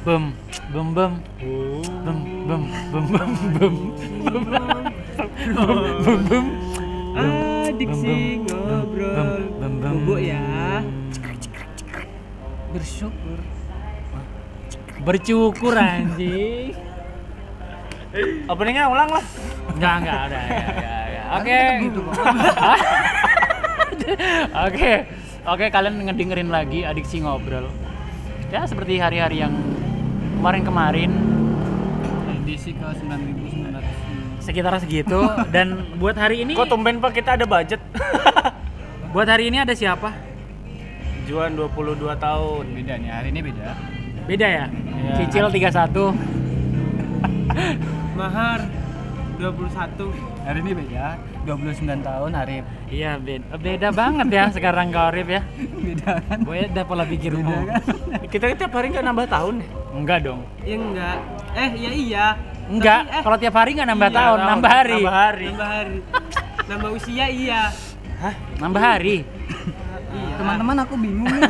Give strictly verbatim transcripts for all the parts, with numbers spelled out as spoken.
Bum, bum bum. Bum bum bum bum bum. Bum bum. Ah, diksi ngobrol. Bubuk ya. Bersyukur. Bercukur anjing. Openingnya ulang lah. Enggak, enggak ada ya, ya, ya. Oke. Oke. Oke, kalian ngedengerin lagi Adiksi Ngobrol. Ya, seperti hari-hari yang kemarin-kemarin, Edisi ke sembilan ribu sembilan ratus sekitar segitu. Dan buat hari ini, Kok tumben Pak kita ada budget? buat hari ini ada siapa? Juan dua puluh dua tahun. Beda nih, hari ini beda. Beda ya? Ya. Cicil tiga puluh satu. Mahar dua puluh satu. Hari ini beda, dua puluh sembilan tahun Arif. Iya, beda, beda banget ya sekarang kau Arif ya. Beda kan? Beda pola pikirmu. Beda kan? Kita tiap hari nggak nambah tahun ya? Enggak dong. Ya enggak. Eh, ya iya. Enggak, Tapi, eh, kalau tiap hari enggak nambah iya, tahun, tahun, nambah hari. Nambah hari. nambah hari. Nambah usia iya. Nambah hari. Iya. Teman-teman aku bingung nih.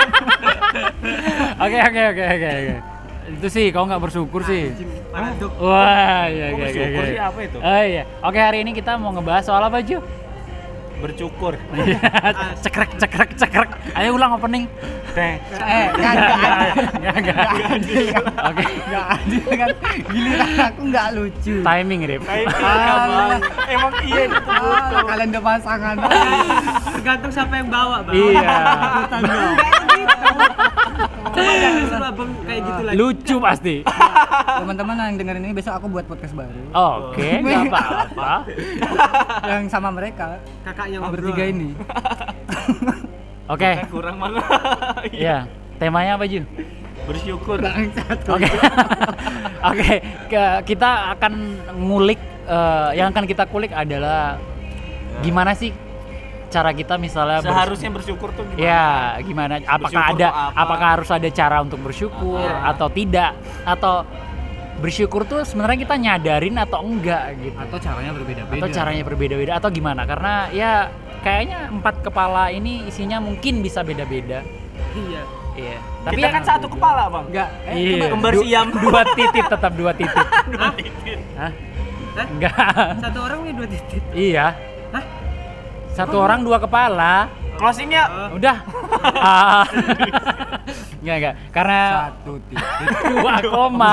Oke, oke, oke, oke, oke. Itu sih kau nggak bersyukur sih. Paradok. Wah, iya, Kok iya, bersyukur iya. sih, apa itu? Oh iya. Oke, hari ini kita mau ngebahas soal apa, Ju? Bercukur. cekrek, cekrek, cekrek. Ayo ulang opening. Teh. Eh, kan enggak ada. Enggak, enggak. Oke. Enggak adil kan. Giliran aku enggak lucu. Timing, Rip. Kayak Ah, Bang. Emang iya itu Ah, betul. kalian udah pasangan. Tergantung siapa yang bawa, Bang. Iya. Enggak gitu. Coba jangan suruh Abang kayak gitu lagi. Lucu pasti. Teman-teman yang dengerin ini besok aku buat podcast baru. Oke, enggak apa-apa. Yang sama mereka. Kakaknya Oh, ngobrol. bertiga ini. Oke. Kurang mana? Iya. Temanya apa, Ju? Bersyukur. Oke, oke. Ke- Kita akan ngulik, eh, yang akan kita kulik adalah gimana sih cara kita misalnya bers- Seharusnya bersyukur tuh gimana? ya gimana? Apakah Bersyukur ada, tuh apa? apakah harus ada cara untuk bersyukur Ah. atau tidak? Atau bersyukur tuh sebenarnya kita nyadarin atau enggak gitu? Atau caranya berbeda-beda. Atau caranya berbeda-beda atau gimana? Karena ya kayaknya empat kepala ini isinya mungkin bisa beda-beda. Iya. Iya. Tapi Tapi kita ya- kan satu kepala, Bang. Enggak. Eh, Iya. coba. Kembar Du- siam. Dua titik, tetap dua titik. Hah? Hah? Hah? Enggak. Satu orang punya dua titik. Iya. Hah? Satu orang dua kepala. Closing ya. Udah. Ah. Enggak, enggak. Karena Satu titik. dua koma.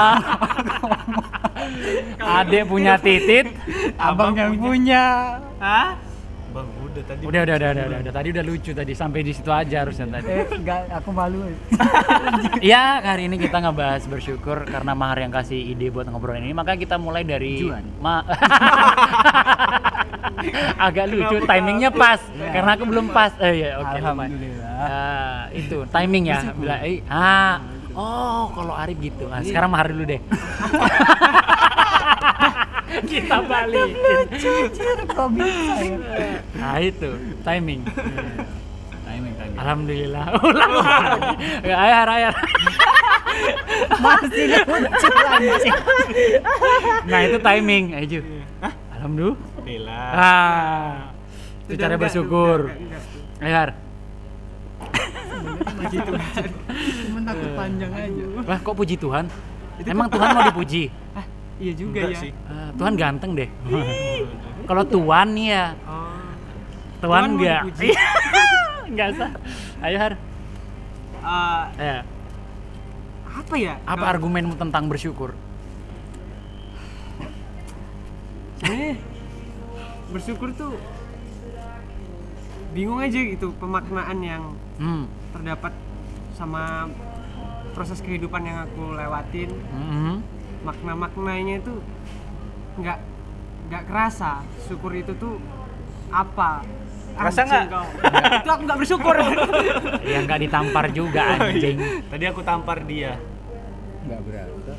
Adek punya titit. Abang yang punya. Hah? Bang, udah tadi. Udah, udah, udah, udah, udah, udah. Tadi udah lucu tadi. Sampai di situ aja harusnya tadi. Eh, enggak, aku malu. Iya, hari ini kita ngebahas bersyukur karena Mahar yang kasih ide buat ngobrol ini. Maka kita mulai dari Juan. Ma- agak lucu, Kenapa? timingnya pas. Ya. Karena aku belum pas. Eh ya, oke. lumayan. Alhamdulillah. Ah, itu timing ya. Bila, eh, ah, oh kalau Arif gitu. Nah, sekarang Mahar dulu deh. Kita balik. Kok bisa ya? Nah itu timing. Timing, timing. Alhamdulillah. Ulang lagi. Ayar, ayar. Masih lucu lagi. Nah itu timing. Ayo Ju. Alhamdulillah. Alhamdulillah. Ah, itu Udah, cara enggak, bersyukur. enggak, enggak. Ayar. Cuma takut panjang aja. Wah kok puji Tuhan? Emang Tuhan mau dipuji? Iya juga Enggak ya. sih. Ah, Tuhan ganteng deh. Kalau Tuhan nih ya, Oh. Tuhan Tuhan mau enggak. dipuji. Enggak sah. Ayo Har. Eh, Ya. apa ya? Apa Kalau- argumenmu tentang bersyukur? Eh, bersyukur tuh bingung aja gitu pemaknaan yang Hmm. terdapat sama proses kehidupan yang aku lewatin. Mhm. Makna-maknanya itu nggak nggak kerasa. Syukur itu tuh apa? Kerasa Anjing nggak? kau. Itu aku nggak bersyukur. Ya nggak ditampar juga anjing. Tadi aku tampar dia. Enggak berasa.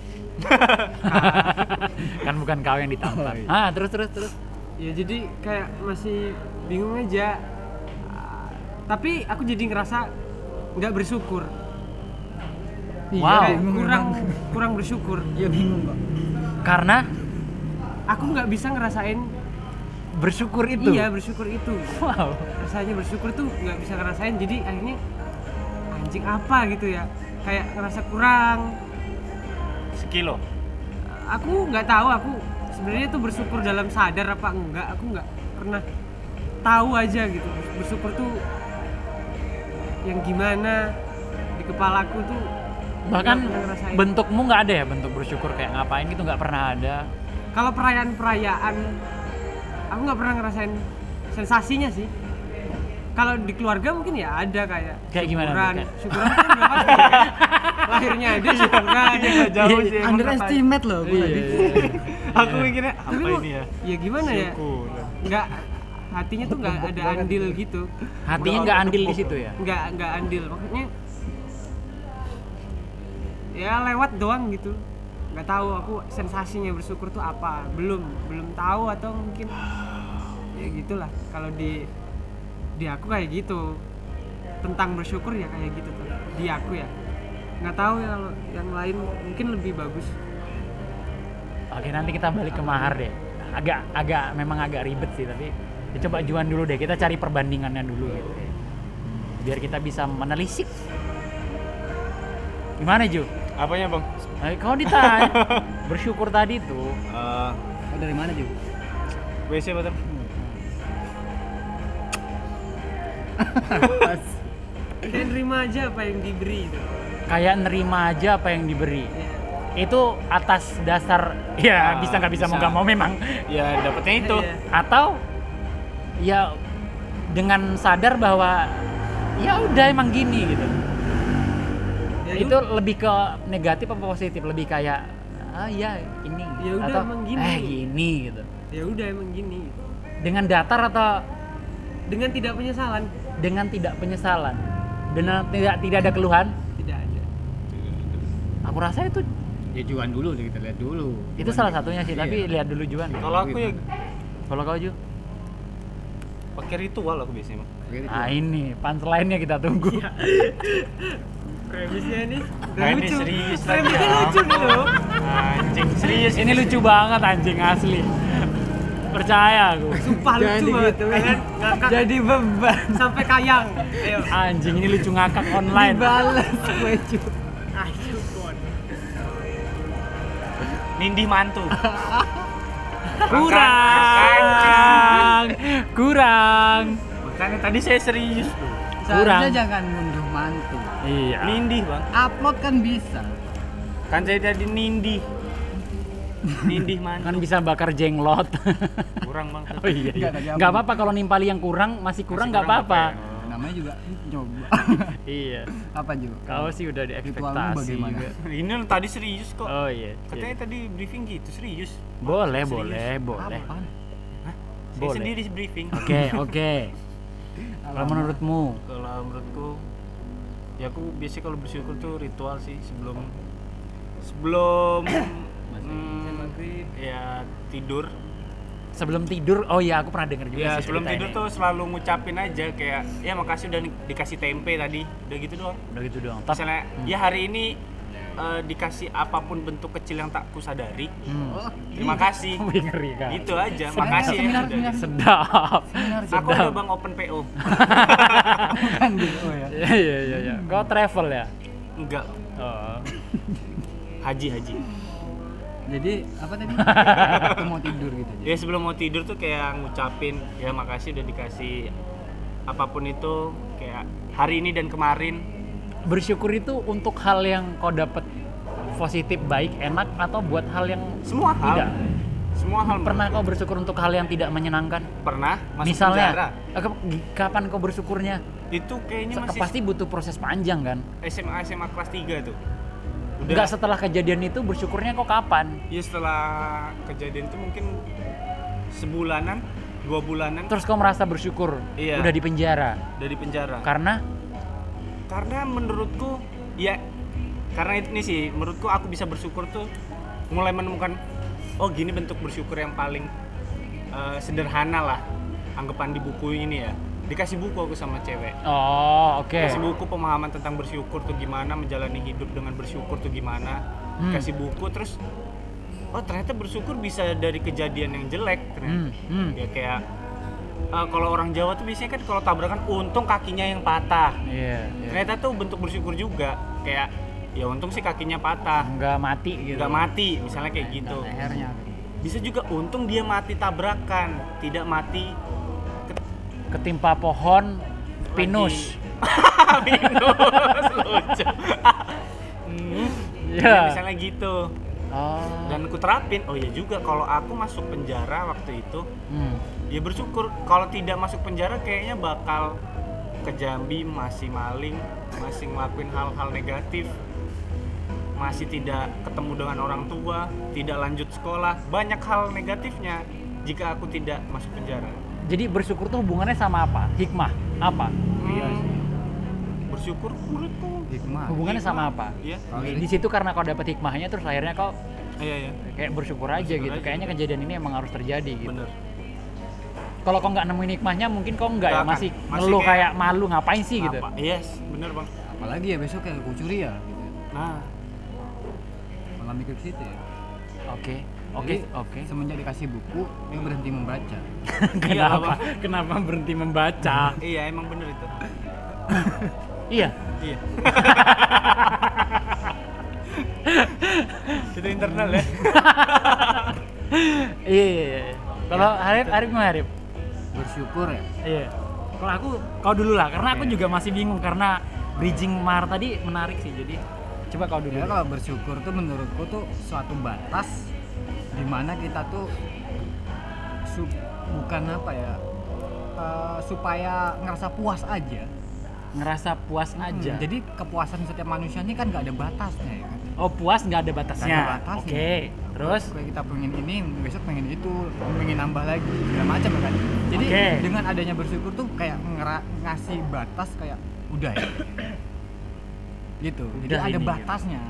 Kan bukan kau yang ditampar. Oh, iya. Ah terus terus terus. Ya jadi kayak masih bingung aja. Ah, Tapi aku jadi ngerasa nggak bersyukur. Wow. Kayak bingung kurang emang. kurang bersyukur. Iya bingung kok. Karena Aku nggak bisa ngerasain bersyukur itu. iya bersyukur itu. Wow. Rasanya bersyukur tuh nggak bisa ngerasain. Jadi akhirnya anjing apa gitu ya? Kayak ngerasa kurang. sekilo. Aku nggak tahu, aku sebenarnya tuh bersyukur dalam sadar apa enggak, aku nggak pernah tahu aja gitu. Bersyukur tuh yang gimana di kepalaku tuh Bahkan nggak pernah ngerasain. bentukmu nggak ada ya bentuk bersyukur kayak ngapain gitu, nggak pernah ada. Kalau perayaan-perayaan aku nggak pernah ngerasain sensasinya sih. Kalau di keluarga mungkin ya ada kayak Kayak gimana tuh, syukuran, kayak? syukuran kan udah pasti kan. Lahirnya ada syukuran. Nggak jauh sih. emang Underestimate loh gue tadi. kata- Aku mikirnya apa Tapi kok- ini ya? Ya gimana ya? Syukur. Nggak, hatinya tuh nggak ada andil gitu. Hatinya nggak andil di situ ya. Nggak nggak andil, maksudnya ya lewat doang gitu. Nggak tahu aku sensasinya bersyukur tuh apa, belum belum tahu atau mungkin ya gitulah. Kalau di di aku kayak gitu, tentang bersyukur ya kayak gitu tuh di aku ya. Nggak tahu ya kalau yang lain mungkin lebih bagus. Oke, nanti kita balik ke mahar deh. Agak agak memang agak ribet sih, tapi ya coba Juan dulu deh. Kita cari perbandingannya dulu gitu. Biar kita bisa menelisik. Gimana Ju? Apanya bang? Eh, kau ditanya bersyukur tadi tuh. Eh, Oh, dari mana juga? W C betul. Kayak nerima aja apa yang diberi gitu. Kayak nerima aja apa yang diberi. Ya. Itu atas dasar ya Ah, bisa nggak bisa, mau bisa. nggak mau memang. Ya dapetnya itu. Iya. Atau ya dengan sadar bahwa ya udah emang gini gitu. Ya Itu lebih ke negatif apa positif? Lebih kayak ah ya ini Ya udah, atau emang gini. eh gini gitu. ya udah emang gini gitu. Dengan datar atau Dengan tidak penyesalan, dengan tidak penyesalan, dengan tidak tidak ada keluhan. tidak ada. Aku rasa itu Ya Juan dulu deh, kita lihat dulu. itu Juan salah dulu. satunya sih. Iya. Tapi lihat dulu Juan. Kalau aku ya Kalau kau Ju? pakai ritual aku biasanya bang. Oke, itu. Nah ini punchline-nya kita tunggu. Premisnya nih udah Nah, ini lucu. serius lagi. Premisnya lucu nih loh. Anjing serius Ini lucu banget anjing asli. Percaya aku. Sumpah Jangan lucu banget. digituin. Kalian ngakak Jadi beban. sampai kayang. Ayo. Anjing ini lucu ngakak online. Balas gue cu. Ayo, Bon. Nindih mantu. Kurang. Kurang. Makanya tadi saya serius tuh. Kurang. Seharusnya jangan ngunduh mantu. Iya. Nindih bang. Upload kan bisa. Kan saya tadi nindih. Nindih mantu. Kan bisa bakar jenglot. Kurang bang. Oh iya. iya. Nggak, nggak Nggak apa-apa kalau nimpali yang kurang masih kurang nggak kurang apa-apa. apa Namanya juga coba. Iya. Apa juga? Kau sih udah Ritualmu diekspektasi bagaimana? juga. Ini tadi serius kok. Oh iya. Katanya iya. tadi briefing gitu serius. Boleh, Serius. boleh, boleh. Apaan? Saya Boleh. sendiri briefing. Oke, oke. Kalau menurutmu? Kalau menurutku, ya aku biasanya kalau bersyukur tuh ritual sih sebelum sebelum hmm, ya tidur. Sebelum tidur, oh iya aku pernah denger juga Ya sih sebelum cerita tidur ini. tuh selalu ngucapin aja kayak ya makasih udah di- dikasih tempe tadi, udah gitu doang. Udah gitu doang. Tapi Misalnya ya hari ini eh, dikasih apapun bentuk kecil yang tak kusadari, hmm. terima kasih. Wih, ngeri kan. Gitu aja, Sedap. makasih ya. Seminar, udah. seminar. Sedap. Aku ada bang open P O. Bukan gitu ya. Iya iya iya iya. Kau travel ya? Enggak, Oh. haji haji. Jadi apa tadi? Waktu mau tidur gitu aja. Ya sebelum mau tidur tuh kayak ngucapin ya makasih udah dikasih apapun itu kayak hari ini dan kemarin. Bersyukur itu untuk hal yang kau dapat positif, baik, enak atau buat hal yang Semua hal. tidak. Semua hal. Pernah kau bersyukur untuk hal yang tidak menyenangkan? Pernah masuk Misalnya, penjara. eh, ke- kapan kau bersyukurnya? Itu kayaknya masih Pasti butuh proses panjang kan? S M A S M A kelas tiga tuh. Udah. Enggak, setelah kejadian itu bersyukurnya kok kapan? Ya setelah kejadian itu mungkin sebulanan, dua bulanan Terus kau merasa bersyukur Iya. udah di penjara dari penjara. karena Karena menurutku ya karena ini sih menurutku aku bisa bersyukur tuh mulai menemukan oh gini bentuk bersyukur yang paling eh, sederhana lah anggapan di buku ini ya. Dikasih buku aku sama cewek. oh oke. Kasih buku pemahaman tentang bersyukur tuh gimana, menjalani hidup dengan bersyukur tuh gimana. Hmm. Kasih buku terus oh ternyata bersyukur bisa dari kejadian yang jelek ternyata. Hmm, hmm. Ya kayak eh, kalau orang Jawa tuh biasanya kan kalau tabrakan untung kakinya yang patah. Iya, iya. Ternyata tuh bentuk bersyukur juga. Kayak ya untung sih kakinya patah, nggak mati gitu. nggak mati, misalnya kayak gitu. Lehernya. Bisa juga untung dia mati tabrakan, tidak mati Ketimpa pohon pinus. pinus, lucu. hmm, Iya. ya, misalnya gitu. Oh. Dan aku terapin, oh ya juga kalau aku masuk penjara waktu itu, Hmm. ya bersyukur. Kalau tidak masuk penjara kayaknya bakal ke Jambi, masih maling, masih ngelakuin hal-hal negatif, masih tidak ketemu dengan orang tua, tidak lanjut sekolah, banyak hal negatifnya jika aku tidak masuk penjara. Jadi bersyukur tuh hubungannya sama apa? Hikmah apa? Iya sih. Bersyukur menurutku Hikmah. Hubungannya sama apa? Iya. Oh, Di ini situ karena kau dapet hikmahnya terus akhirnya kau Iya, iya. kayak bersyukur aja Bersyukur gitu. aja. Kayaknya kejadian ini emang harus terjadi gitu. Bener. Kalau kau nggak nemuin hikmahnya mungkin kau nggak ya Nggak akan. masih Masih ngeluh kayak, kayak malu ngapain sih gitu. Apa? Yes, bener bang. apalagi ya besok kayak aku curi ya gitu. Nah, Malah mikir ke situ ya. Oke. Oke, Jadi, oke. Semenjak dikasih buku, dia berhenti membaca. Kenapa? Kenapa berhenti membaca? iya emang bener itu. Iya. Iya. Itu internal ya. Iya, iya, iya. Kalau Arif, Arif gimana Arif? Bersyukur ya. Iya. Kalau aku, kau dulu lah, karena aku Oke. juga masih bingung karena bridging Mar tadi menarik sih. Jadi coba kau dulu. Ya kalau bersyukur tuh menurutku tuh suatu batas di mana kita tuh su- bukan apa ya eh, supaya ngerasa puas aja. Ngerasa puas aja. Hmm, jadi kepuasan setiap manusia ini kan nggak ada batasnya ya kan. Oh, puas nggak ada batasnya. Nggak ada batasnya. Oke. Terus? Kayak kita pengen ini, besok pengen itu, pengen nambah lagi segala macam ya kan. Jadi Oke. dengan adanya bersyukur tuh kayak ngera- ngasih batas kayak udah ya. Gitu. Jadi Udah ada ini, batasnya.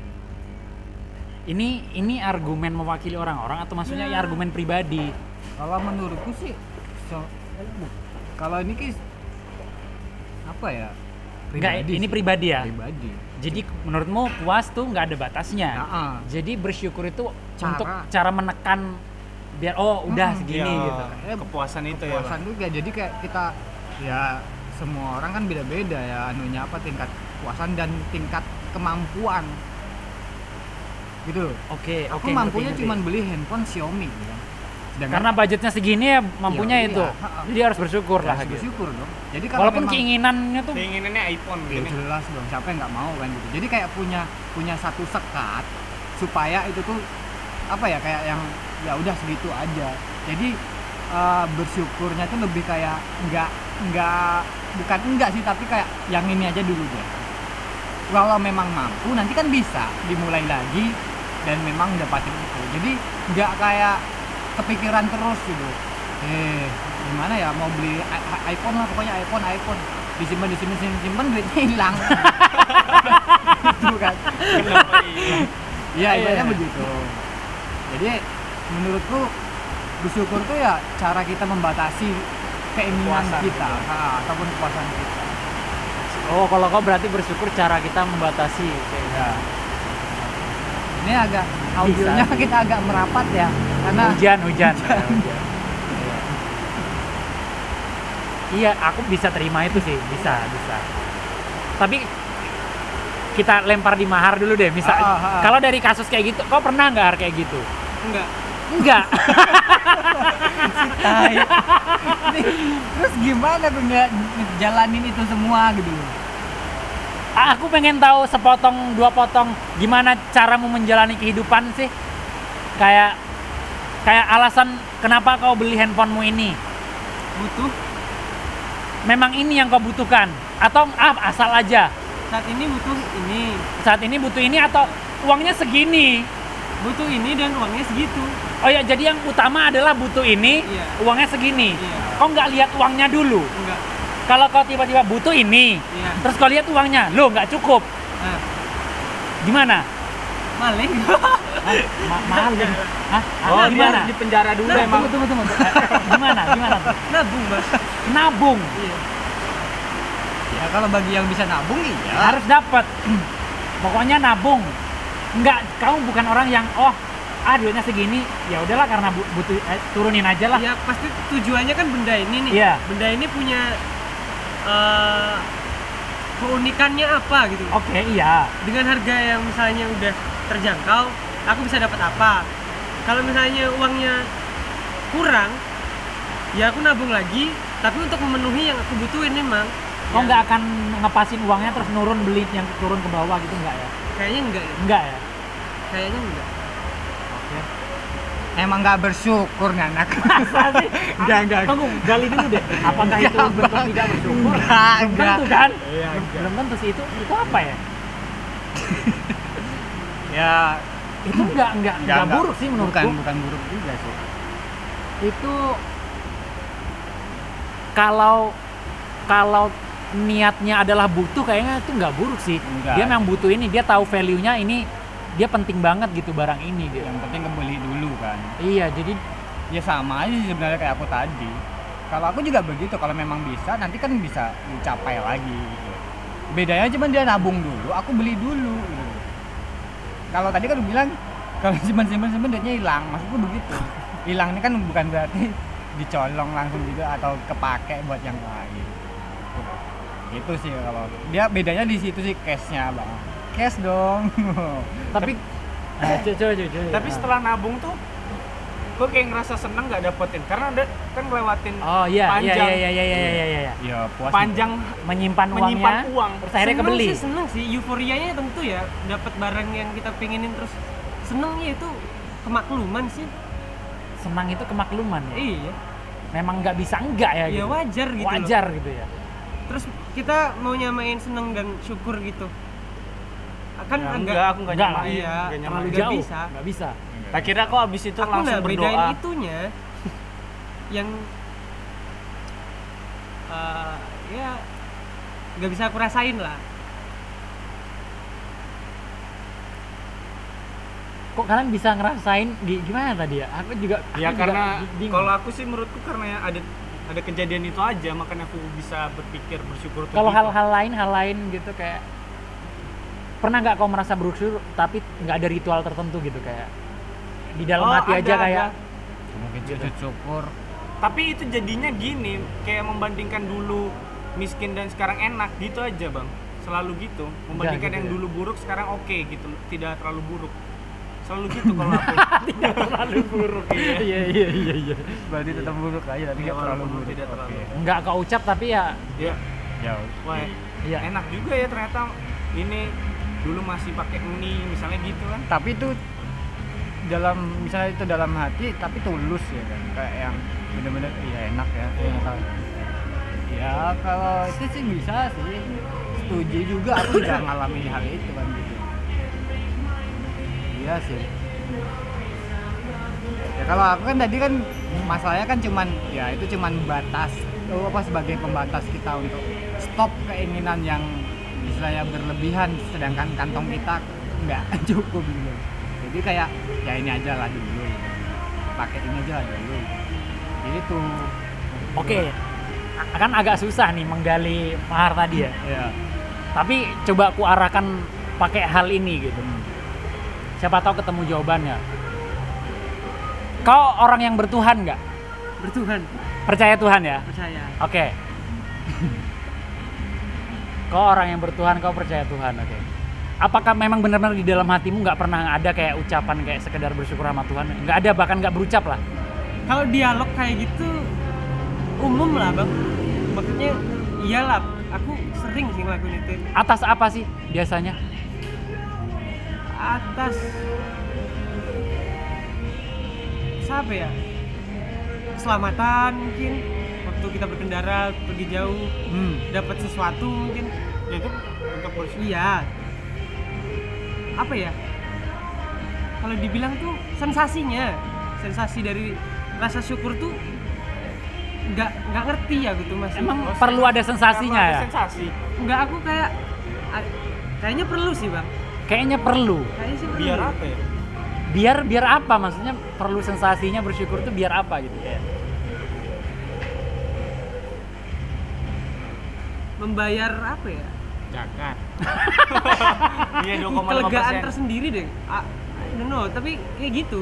Ini ini argumen mewakili orang-orang atau maksudnya ya argumen pribadi? Kalau menurutku sih so, kalau ini kis apa ya? Enggak, ini sih. pribadi ya. Pribadi. Jadi menurutmu puas tuh nggak ada batasnya. Nah, Jadi bersyukur itu Cara. untuk cara menekan biar oh udah Hmm, segini Iya, gitu. Eh, kepuasan itu ya. Kepuasan juga. Jadi kayak kita ya semua orang kan beda-beda ya anunya apa tingkat kepuasan dan tingkat kemampuan. Gitu loh. Oke, Aku oke. mampunya ngerti, cuma ngerti. beli handphone Xiaomi gitu kan. Sedangkan Karena budgetnya segini ya mampunya Iya, itu. iya, ha-ha. Jadi harus bersyukur lah harus gitu. bersyukur dong. Jadi kalau Walaupun memang, keinginannya tuh Keinginannya iPhone ya gini. jelas dong siapa yang nggak mau kan gitu. Jadi kayak punya punya satu sekat supaya itu tuh apa ya kayak yang ya udah segitu aja. Jadi eh, bersyukurnya tuh lebih kayak nggak nggak bukan enggak sih tapi kayak yang ini aja dulu deh. Kalau memang mampu nanti kan bisa dimulai lagi dan memang dapatin itu. Jadi nggak kayak kepikiran terus gitu. Eh gimana ya mau beli i- i- iPhone lah pokoknya iPhone iPhone disimpan disimpan disimpan, disimpan duitnya hilang. Gitu kan. Kenapa iya? Iya, Iya. ibaratnya begitu. Jadi menurutku bersyukur tuh ya cara kita membatasi keinginan Kepuasan kita gitu. ha, ataupun kepuasan kita. oh kalau kau berarti bersyukur cara kita membatasi. Ya. Ini agak audionya sih. kita agak merapat ya karena Hujan, hujan. Ya, hujan. Iya, aku bisa terima itu sih, bisa, bisa. Tapi kita lempar di Mahar dulu deh, misal. Ah, ah, ah. Kalau dari kasus kayak gitu, kau pernah nggak Har, kayak gitu? Enggak. Enggak. Tai. Nih, terus gimana tuh nggak jalanin itu semua gitu loh. Aku pengen tahu sepotong dua potong gimana caramu menjalani kehidupan sih. Kayak kayak alasan kenapa kau beli handphonemu ini. Butuh Memang ini yang kau butuhkan atau ah asal aja. saat ini butuh ini, Saat ini butuh ini atau uangnya segini. butuh ini dan uangnya segitu. Oh ya, jadi yang utama adalah butuh ini, Iya. uangnya segini. Iya. Kau nggak lihat uangnya dulu. Enggak. Kalau kau tiba-tiba butuh ini, Iya. terus kau lihat uangnya, lo nggak cukup. Nah, Gimana? maling. Ma- maling. Hah? Oh, gimana? dia di penjara dulu Nah, emang. tunggu, tunggu, tunggu. Gimana? Gimana? tuh? Nabung, Mas. Nabung. Iya. Ya kalau bagi yang bisa nabung iya. Harus dapat. Pokoknya nabung. Enggak, kamu bukan orang yang oh, ah duitnya segini, ya udahlah karena bu- butuh eh, turunin aja lah. Ya pasti tujuannya kan benda ini nih. Iya. Benda ini punya eh, keunikannya apa gitu. Oke, iya. Dengan harga yang misalnya udah terjangkau, aku bisa dapat apa. Kalau misalnya uangnya kurang, ya aku nabung lagi, tapi untuk memenuhi yang aku butuhin memang. Kok Ya, nggak akan ngepasin uangnya terus nurun beli yang turun ke bawah gitu nggak ya? kayaknya enggak ya. Enggak ya? Kayaknya enggak. Oke. Emang nggak bersyukur nih anak. Masa sih? Enggak, enggak. Tunggu, gali dulu deh. Apakah itu bentuk tidak bersyukur? Enggak, Belum enggak. tentu kan? Iya, enggak. Belum tentu sih itu. Itu apa ya? Ya, Itu enggak enggak enggak buruk sih menurutku. Bukan, bukan buruk juga sih. Itu kalau kalau niatnya adalah butuh kayaknya itu nggak buruk sih. Enggak. Dia memang butuh ini, dia tahu value-nya ini, dia penting banget gitu barang ini dia. Yang penting kebeli dulu kan. Iya, jadi Ya sama aja sih sebenarnya kayak aku tadi. Kalau aku juga begitu, kalau memang bisa nanti kan bisa dicapai lagi gitu. Bedanya cuma dia nabung dulu, aku beli dulu gitu. Kalau tadi kan lu bilang kalau simpan-simpan simpan duitnya hilang, maksudku begitu. Hilang ini kan bukan berarti dicolong langsung gitu atau kepake buat yang lain. Gitu sih kalau dia bedanya di situ sih cashnya bang. Cash dong. tapi nah, coba coba coba. Tapi setelah nabung tuh gue kayak ngerasa seneng nggak dapetin karena udah kan ngelewatin Oh iya, iya panjang iya iya iya iya iya iya. Ya puas. panjang Menyimpan uangnya, menyimpan uang. terus akhirnya Seneng kebeli. sih, seneng sih, euforianya tentu ya, dapat barang yang kita pengenin terus senengnya itu kemakluman sih. Senang itu kemakluman ya. Iya, Memang nggak bisa enggak ya ya gitu. wajar gitu loh. Wajar gitu ya. Terus kita mau nyamain seneng dan syukur gitu, akan Ya, agak enggak, aku nggak Enggak, nyamain, iya, nggak Terlalu nyamain. Nggak jauh. bisa. Nggak bisa. Tak kira kok abis itu aku langsung nggak bedain berdoa. itunya yang uh, ya nggak bisa aku rasain lah. Kok kalian bisa ngerasain gi- gimana tadi ya? Aku juga Ya aku karena juga bingung. kalau aku sih menurutku karena ya ada ada kejadian itu aja makanya aku bisa berpikir bersyukur tuh Kalau gitu. hal-hal lain, hal lain gitu kayak pernah nggak kau merasa bersyukur tapi nggak ada ritual tertentu gitu kayak di dalam Oh, hati ada, aja kayak ada. Mungkin sujud syukur. Tapi itu jadinya gini, kayak membandingkan dulu miskin dan sekarang enak gitu aja bang. Selalu gitu, membandingkan gitu yang ya? dulu buruk sekarang oke gitu, tidak terlalu buruk. Selalu gitu kalau aku. tidak terlalu buruk. Iya iya iya iya. iya. Berarti tetap buruk aja tapi Iya, nggak terlalu walaupun buruk. tidak terlalu. Oke. Nggak kau ucap tapi ya Ya, Ya. wah, iya. enak juga ya ternyata ini dulu masih pakai mie misalnya gitu kan. Tapi itu dalam misalnya itu dalam hati tapi tulus ya kan kayak yang bener-bener iya enak ya. Enak. Ya kalau itu sih bisa sih. Setuju juga aku juga ngalamin hal itu kan gitu. Iya sih. Ya kalau aku kan tadi kan masalahnya kan cuman ya itu cuman batas oh, apa sebagai pembatas kita untuk stop keinginan yang istilahnya berlebihan sedangkan kantong kita nggak cukup gitu. Jadi kayak ya ini aja lah dulu. Pakai ini aja lah dulu. Gitu. Oke. Akan agak susah nih menggali mahar tadi ya. Ya. Tapi coba aku arahkan pakai hal ini gitu. Siapa tahu ketemu jawabannya. Kau orang yang bertuhan nggak? Bertuhan, Percaya Tuhan ya? percaya. Oke. Kau orang yang bertuhan, kau percaya Tuhan, oke. Apakah memang benar-benar di dalam hatimu nggak pernah ada kayak ucapan kayak sekedar bersyukur sama Tuhan? Nggak ada, bahkan nggak berucap lah. Kalau dialog kayak gitu umum lah bang, maksudnya iyalah, aku sering sih ngelakuin itu. Atas apa sih biasanya? Atas siapa ya, keselamatan mungkin, waktu kita berkendara pergi jauh Hmm. dapat sesuatu mungkin. Ya itu untuk bersyukur. Iya, apa ya, kalau dibilang tuh sensasinya, sensasi dari rasa syukur tuh nggak nggak ngerti ya gitu mas. Emang Oh, perlu ada sensasinya karena ya? ada sensasi. Nggak, aku kayak a- kayaknya perlu sih bang, Kayaknya perlu. kayaknya sih perlu. Biar apa ya? Biar biar apa? Maksudnya perlu sensasinya bersyukur tuh biar apa gitu ya? Membayar apa ya, Zakat. Iya dua koma lima kelegaan persen. tersendiri deh. I, I don't know, tapi kayak gitu.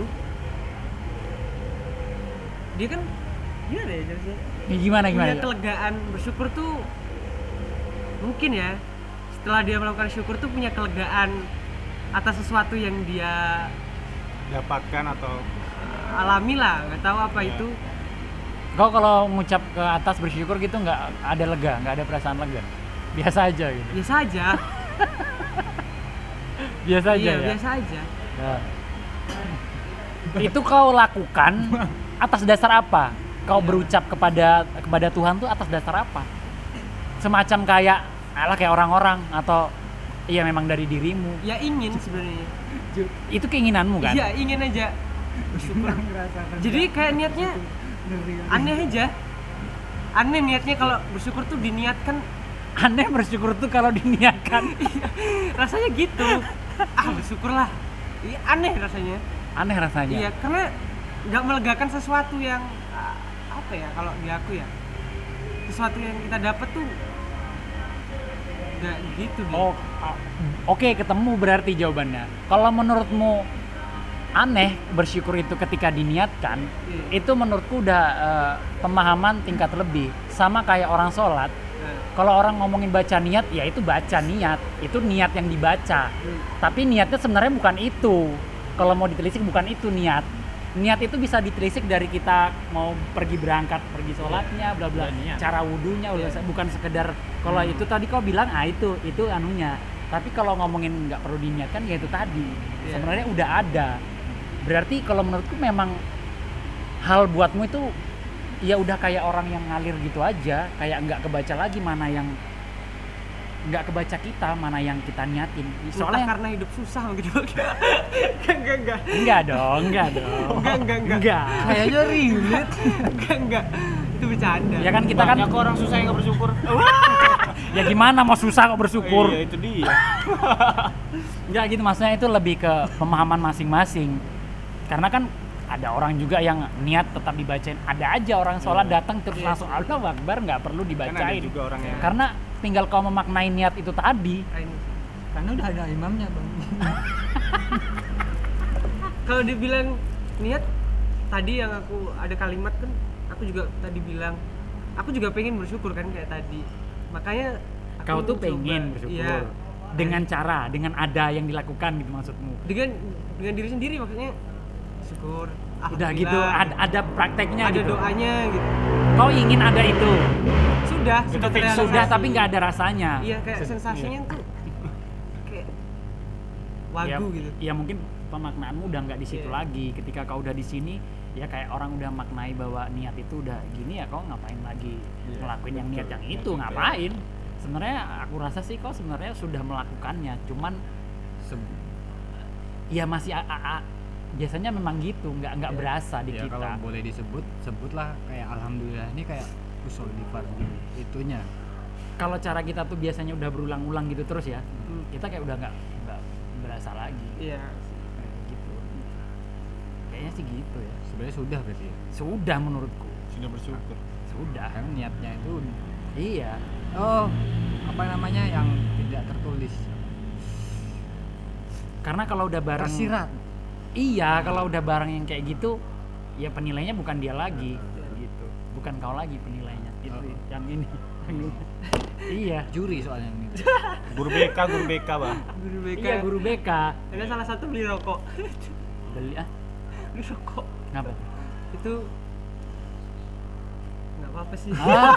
Dia kan gimana ya jelasnya? Ya, gimana gimana? Punya kelegaan bersyukur tuh mungkin ya setelah dia melakukan syukur tuh punya kelegaan atas sesuatu yang dia Dapatkan atau alami lah, nggak tahu apa Iya. itu. Kau kalau ngucap ke atas bersyukur gitu nggak ada lega, nggak ada perasaan lega, biasa aja gitu. Biasa aja. Biasa aja Iya, ya. biasa aja. Nah. Itu kau lakukan atas dasar apa? Kau berucap kepada kepada Tuhan tuh atas dasar apa? Semacam kayak alah kayak orang-orang atau iya memang dari dirimu. Ya ingin sebenarnya. Itu keinginanmu kan? Iya, ingin aja bersyukur. Jadi kayak niatnya aneh aja. Aneh niatnya kalau bersyukur tuh diniatkan. Aneh bersyukur tuh kalau diniatkan. Rasanya gitu. Ah, bersyukurlah. Iya, aneh rasanya. Aneh rasanya. Iya, karena nggak melegakan sesuatu yang ah, apa ya kalau di aku ya. Sesuatu yang kita dapat tuh nggak gitu deh. Oh, ah, oke ketemu berarti jawabannya. Kalau menurutmu aneh bersyukur itu ketika diniatkan, Iya. itu menurutku udah eh, pemahaman tingkat lebih. Sama kayak orang sholat. Nah, Kalau orang ngomongin baca niat, ya itu baca niat, itu niat yang dibaca. hmm. Tapi niatnya sebenarnya bukan itu. Kalau mau ditelisik bukan itu niat. Niat itu bisa ditelisik dari kita mau pergi berangkat, pergi sholatnya, bla bla, Ya, niat. cara wudunya, udah Iya. bukan sekedar. Kalau itu tadi kau bilang, ah itu, itu anunya. Tapi kalau ngomongin nggak perlu diniatkan, ya itu tadi. Iya. Sebenarnya udah ada. Berarti kalau menurutku memang hal buatmu itu ya udah kayak orang yang ngalir gitu aja, kayak nggak kebaca lagi mana yang nggak kebaca kita, mana yang kita niatin. Entah Soalnya yang- karena hidup susah gitu. Enggak, enggak, enggak. enggak dong, enggak dong. Enggak, enggak, enggak. Enggak. Kayaknya relate. Enggak, enggak. Itu bercanda. Ya kan kita kan banyak kok orang susah yang nggak bersyukur. ya gimana mau susah kok bersyukur. Iya, itu dia. Enggak gitu, maksudnya itu lebih ke pemahaman masing-masing. Karena kan ada orang juga yang niat tetap dibacain. Ada aja orang sholat datang terus Iya. langsung Allahu Akbar nggak perlu Kan ada dibacain. juga orang yang Karena tinggal kau memaknai niat itu tadi. Kayak ini. Karena udah ada imamnya, Bang. Kalau dibilang niat tadi yang aku ada kalimat kan aku juga tadi bilang aku juga pengen bersyukur kan kayak tadi. Makanya aku Kau tuh coba- pengen bersyukur. Iya. Dengan cara, dengan ada yang dilakukan gitu maksudmu. Dengan dengan diri sendiri maksudnya syukur. Udah gitu, ada, ada prakteknya ada gitu. doanya gitu. Kau ingin ada itu. Sudah, Itu sudah fix, terrealisasi. Sudah tapi nggak ada rasanya. Iya, kayak sensasinya tuh kayak wagu ya, gitu. ya mungkin pemaknaanmu udah nggak di situ Iya. lagi. Ketika kau udah di sini, ya kayak orang udah maknai bahwa niat itu udah gini ya, kau ngapain lagi Iya, ngelakuin yang niat betul. yang itu, Betul. ngapain? Sebenarnya aku rasa sih kau sebenarnya sudah melakukannya, cuman Se- ya masih a- a- a- biasanya memang gitu, nggak nggak Iya. berasa di ya kita. kalau boleh disebut, sebutlah kayak alhamdulillah ini kayak usul di fardu itunya. Kalau cara kita tuh biasanya udah berulang-ulang gitu terus ya, Hmm. kita kayak udah nggak nggak berasa lagi. Iya. Kayak gitu. Kayaknya sih gitu ya. Sebenarnya sudah berarti ya. Sudah menurutku. sudah bersyukur. Sudah. Kan niatnya itu Iya. oh apa namanya yang tidak tertulis, Karena kalau udah bareng tersirat. Iya, kalau udah bareng yang kayak gitu, ya penilainya bukan dia lagi, gitu. Bukan kau lagi penilainya. Itu Oh. yang ini. Yang ini. Iya. Juri soalnya ini. Guru B K, guru B K, Bang. Guru B K. Iya, guru B K. Ada salah satu beli rokok. Beli ah, Beli rokok. ngapa? Itu nggak apa-apa sih. Ah,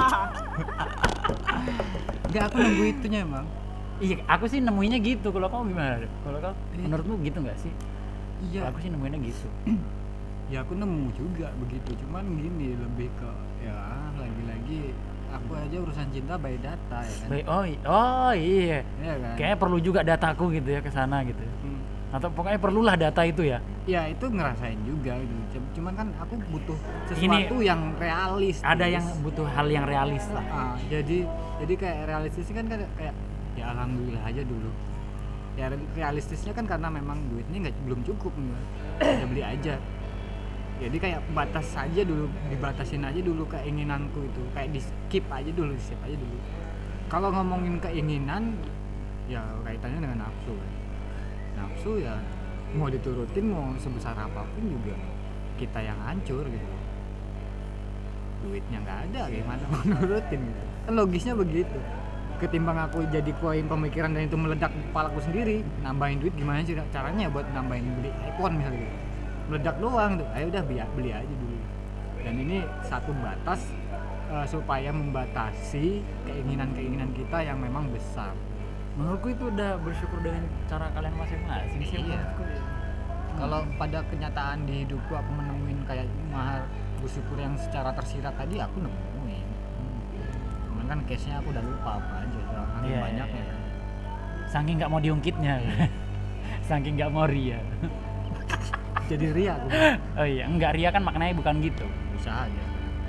Enggak, aku nunggu itunya emang. iya, aku sih nemuinnya gitu. Kalau kau gimana? Kalau kau Iya. menurutmu gitu nggak sih? Iya. Kalau aku sih nemuinnya gitu. Ya aku nemu juga begitu, cuman gini lebih ke ya lagi-lagi aku aja urusan cinta by data ya kan. Baik, oh, i- oh iya. Iya kan. Kayaknya perlu juga dataku gitu ya ke sana gitu. Hmm. Atau pokoknya perlulah data itu ya. Ya itu ngerasain juga gitu. C- Cuman kan aku butuh Ini sesuatu yang realis. Ada yang butuh hal yang realis lah. Ah, jadi jadi kayak realistis kan kayak, kayak ya alhamdulillah aja dulu. Ya re- realistisnya kan karena memang duitnya nggak belum cukup nih. Ya beli aja. Jadi kayak batas aja dulu, dibatasin aja dulu keinginanku itu, kayak di skip aja dulu, di skip aja dulu. Kalau ngomongin keinginan, ya kaitannya dengan nafsu kan. Nafsu ya mau diturutin mau sebesar apapun juga kita yang hancur gitu. Duitnya nggak ada, gimana mau nurutin gitu. Kan logisnya begitu. ketimbang aku jadi koin pemikiran dan itu meledak di kepalaku sendiri. Nambahin duit gimana sih caranya buat nambahin beli iPhone misalnya gitu. Meledak doang tuh, ayo udah beli, beli aja dulu. Dan ini satu batas uh, supaya membatasi keinginan-keinginan kita yang memang besar. Menurutku itu udah bersyukur dengan cara kalian masing-masing sih. Iya. menurutku. Kalau pada kenyataan di hidupku aku menemuin kayak mahar bersyukur yang secara tersirat tadi aku nemuin. Cuman kan case-nya aku udah lupa apa aja, soalnya Iya, banyaknya. iya. Saking nggak mau diungkitnya, saking nggak mau ria. Jadi ria aku. Oh iya, enggak ria kan maknanya bukan gitu. Usaha aja.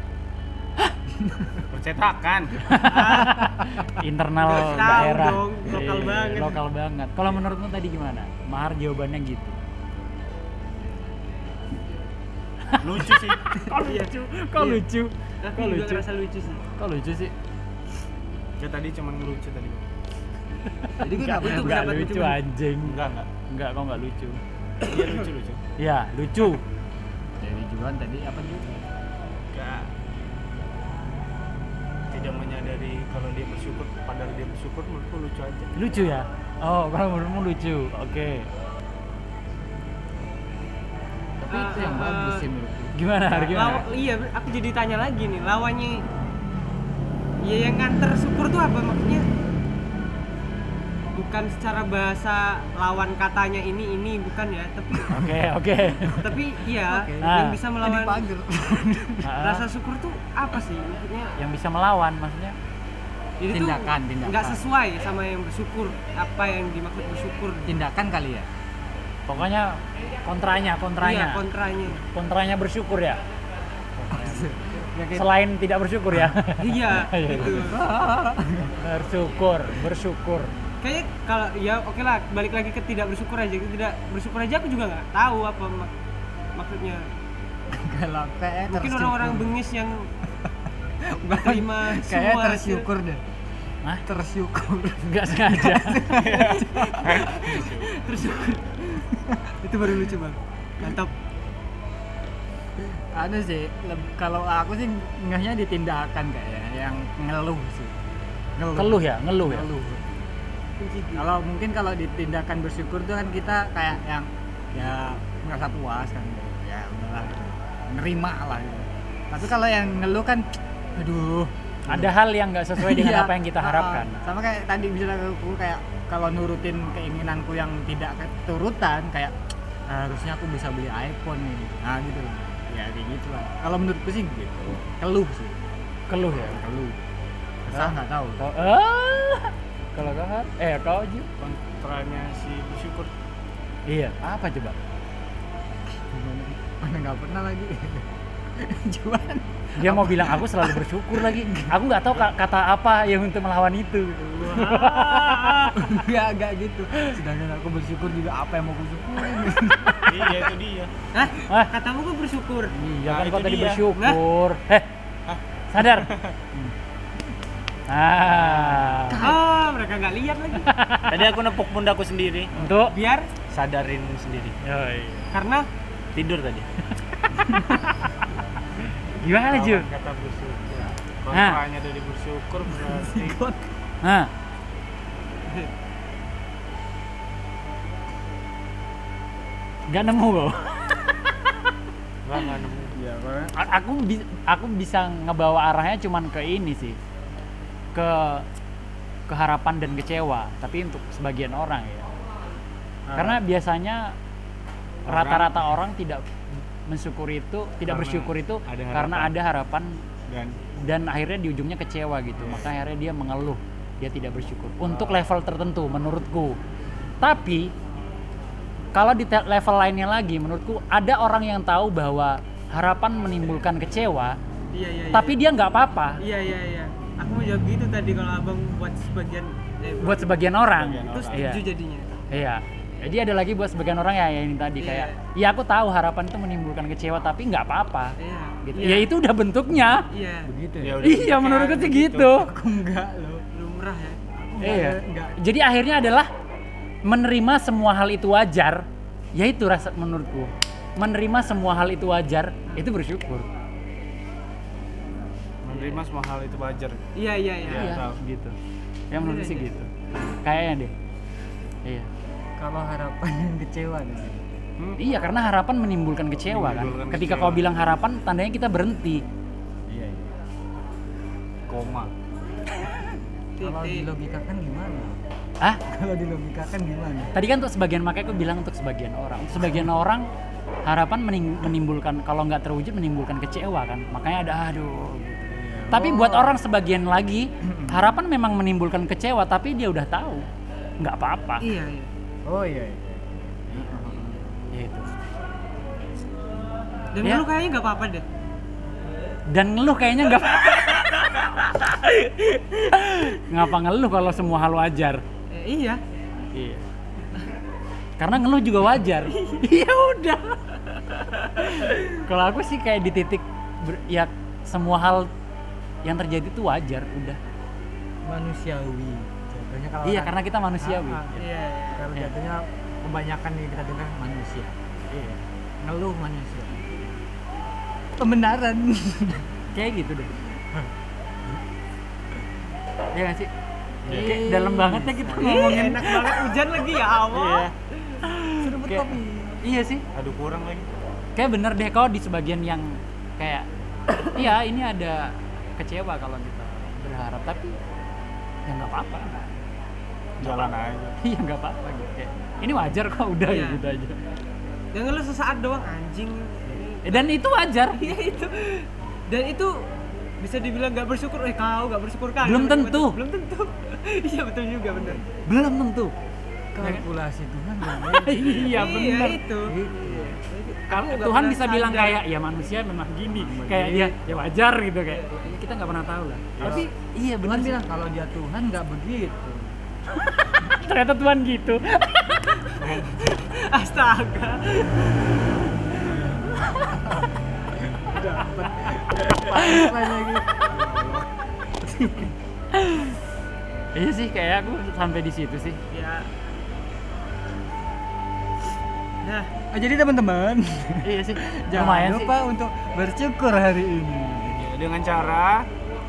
Percetakan. Internal Tahu daerah. dong, lokal Iya, banget. Lokal banget. Kalau menurutmu tadi gimana? Mahar jawabannya gitu. Lucu sih. Kok lucu? Kok lucu? Aku Kok juga lucu? ngerasa lucu sih. Kok lucu sih? Ya tadi cuman ngelucu tadi, Bang. Jadi gue Enggak, nggak itu enggak pendapat lucu lucu. anjing. Enggak, enggak. Enggak, kok enggak lucu. Iya lucu-lucu. Iya, lucu. Jadi Juan tadi apa juga? Enggak. Tidak menyadari kalau dia bersyukur, padahal dia bersyukur menurutku lucu aja. Lucu ya? Oh, kalau menurutmu lucu. Oke. Tapi itu yang Ah, bagus ah. sih menurutku. Gimana? Gimana? Law- iya, aku jadi tanya lagi nih, lawannya ya yang nganter syukur tuh apa maksudnya? Bukan secara bahasa lawan katanya ini ini bukan ya, tapi Oke, oke. tapi iya Oke. yang Ah. bisa Jadi melawan pagar. Ah, rasa syukur tuh apa sih maksudnya? yang bisa melawan maksudnya? Itu Tindakan, tuh tindakan. nggak sesuai sama yang bersyukur, apa yang dimaksud bersyukur. Tindakan kali ya. Pokoknya kontranya, kontranya. Iya, kontranya. Kontranya bersyukur ya. Ya, kayak- Selain tidak bersyukur ya. Iya, Iya, gitu. Bersyukur, bersyukur. Kayaknya kalau ya oke lah, balik lagi ke tidak bersyukur aja. Tidak bersyukur aja aku juga nggak tahu apa mak- maksudnya. Kalau kayak Mungkin tersyukur. orang-orang bengis yang terima Kayak semua tersyukur deh. Hah? Tersyukur. Enggak sengaja. tersyukur. Itu baru lucu bang. Mantap. Ada sih, leb- kalau aku sih ngehnya di tindakan kayaknya yang ngeluh sih. Ngeluh ya, ngeluh ya. Ngeluh. Kalau mungkin kalau di tindakan bersyukur tuh kan kita kayak yang ya merasa puas kan, ya udahlah, gitu. Nerima lah gitu. Tapi kalau yang ngeluh kan, aduh, Ada hal yang nggak sesuai dengan Iya. apa yang kita Ah, harapkan. sama kayak tadi misalnya aku kayak kalau nurutin keinginanku yang tidak keturutan kayak "Ah, harusnya aku bisa beli iPhone nih, nah gitu ya kayak gitu lah. Kalau menurutku sih gitu, keluh sih, Keluh ya. keluh. Kesah nggak tahu. Kok ah, kalau kau Har? eh kau aja. Kontranya si bersyukur. Iya, apa coba? Gimana? Mana nggak pernah lagi. Juan. Dia mau bilang aku selalu bersyukur lagi. Aku nggak tahu ka- kata apa yang untuk melawan itu. Enggak, enggak gitu. Sedangkan aku bersyukur juga apa yang mau aku syukurin. Iya itu dia. Hah? Hah? Katamu kok bersyukur? Iya Nah, kan itu kau tadi dia. bersyukur. Eh, sadar. Ah, Oh, mereka nggak lihat lagi. Tadi aku nepuk pundakku sendiri, untuk Biar sadarin sendiri. Yoi. karena Tidur tadi. Gimana Ju? Lawan kata bersyukur. Nah. Kontranya dari bersyukur berarti Hah? Gak nemu loh. enggak enggak nemu. Iya, A- aku bi- aku bisa ngebawa arahnya cuman ke ini sih, ke keharapan dan kecewa, tapi untuk sebagian orang ya. Karena biasanya Orang- rata-rata orang tidak mensyukuri itu, tidak Karena bersyukur itu ada karena harapan. ada harapan Dan dan akhirnya di ujungnya kecewa gitu. Iya. Maka akhirnya dia mengeluh, dia tidak bersyukur untuk level tertentu menurutku. Tapi kalau di te- level lainnya lagi menurutku ada orang yang tahu bahwa harapan menimbulkan kecewa, iya iya. iya. tapi dia nggak apa-apa. iya iya iya. Aku mau jawab gitu tadi kalau abang buat sebagian eh, Buat sebagian orang. Sebagian terus orang. Iya. setuju jadinya. Iya. Jadi ada lagi buat sebagian orang ya yang ini tadi Iya. kayak, ya aku tahu harapan itu menimbulkan kecewa tapi nggak apa-apa. Iya. Gitu. Iya. Ya itu udah bentuknya. Iya. begitu Ya ya. udah. Iya menurutku sih gitu. Aku enggak loh. Lumrah ya. Iya. Enggak. Jadi akhirnya adalah menerima semua hal itu wajar. Ya itu rasa menurutku. Menerima semua hal itu wajar itu bersyukur. menerima semua hal itu wajar. Iya iya iya. Iya. Iya, tahu. gitu. Ya menurut sih gitu. Kayaknya deh. Iya. Kalau harapan yang kecewa nih. Hmm? Iya, karena harapan menimbulkan kecewa kan. Menimbulkan Ketika kecewa. kau bilang harapan, tandanya kita berhenti. Iya, iya. Koma. Kalau Titik. dilogikakan gimana? Ah, Kalau dilogikakan gimana? tadi kan untuk sebagian, makanya aku bilang untuk sebagian orang. Untuk sebagian orang harapan mening- menimbulkan, kalau nggak terwujud menimbulkan kecewa kan. Makanya ada aduh. Gitu. Tapi buat orang sebagian lagi, harapan memang menimbulkan kecewa, tapi dia udah tahu nggak apa-apa. Iya, iya. Oh iya, iya. Gitu. Dan Ya. lu kayaknya nggak apa-apa deh. Dan ngeluh kayaknya nggak. Ngapa ngeluh kalau semua hal wajar? Eh, iya. Iya. Karena ngeluh juga wajar. Ya udah. Kalau aku sih kayak di titik ber- ya semua hal yang terjadi itu wajar, udah. Manusiawi. Jatuhnya kalau Iya, kan- karena kita manusiawi. Ah, ah. Iya, iya. Kalau Iya. jatuhnya kebanyakan nih kita dengar manusia. Iya. Ngeluh manusia. Pembenaran. Kayak gitu deh. Iya gak sih? Iya. Kayak dalam banget ya kita ngomongin. Enak banget hujan lagi ya Allah. Iya. Seruput Kayak- kopi. Iya sih. Aduh kurang lagi. Kayak bener deh kalau di sebagian yang kayak iya ini ada kecewa kalau kita berharap, tapi ya nggak apa-apa. Jalan aja. Iya nggak apa-apa gitu. Kayak, ini wajar kok, udah Iya. gitu aja. Jangan lu sesaat doang anjing. Eh, Dan itu wajar. Iya itu. Dan itu bisa dibilang nggak bersyukur, eh kau nggak bersyukur kan? Belum tentu. Belum tentu. Iya betul juga benar. Belum tentu. Kalkulasi Tuhan. Iya benar. itu. Kamu nggak Tuhan pernah bisa bilang sadar. kayak ya manusia memang gini, kayak dia ya wajar gitu kayak ya, kita nggak pernah tahu lah. Tapi iya benar Tuhan sih. bilang kalau dia Tuhan nggak begitu. Ternyata Tuhan gitu. Astaga. Panas lagi. Iya sih kayak aku sampai di situ sih. Ya. Nah, Oh, jadi teman-teman, Iya sih. jangan Lumayan sih. lupa untuk bersyukur hari ini. Ya, dengan cara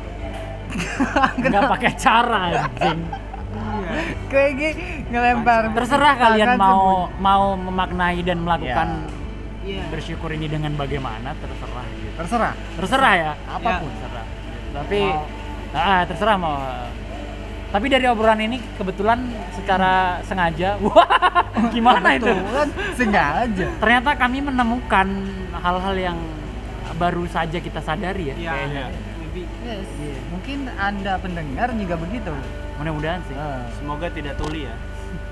Nggak pakai cara anjing. Kayak gini ngelempar. Terserah kalian tangan mau sebut. mau memaknai dan melakukan iya. bersyukur ini dengan bagaimana, terserah gitu. Terserah. Terserah ya, Apapun. terserah. Tapi Mau. ah, terserah mau. Tapi dari obrolan ini kebetulan secara sengaja, wah gimana itu? Kebetulan sengaja. Ternyata kami menemukan hal-hal yang baru saja kita sadari ya. Iya. Kayaknya. Maybe. Yes. Mungkin Anda pendengar juga begitu. Mudah-mudahan sih. Ah, semoga tidak tuli ya.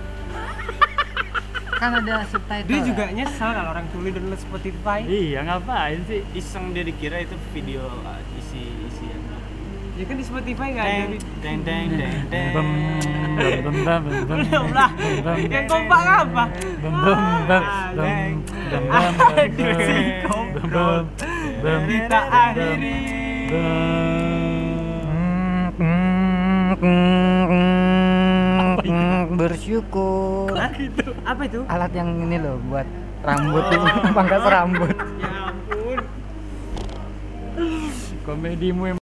kan ada subtitle. Dia juga nyesel kalau orang tuli download Spotify. Iya ngapain sih? Iseng dia dikira itu video uh, isi isian. Ya kan di Spotify nggak ada. Deng deng deng deng deng. Bem bem bem bem bem Udah lah. Yang kompak apa? bem bem bem bem bem bem bem bem bem Kita akhiri. Bersyukur. Apa itu? Alat yang ini loh buat rambut itu, pangkas rambut. Ya ampun. komedimu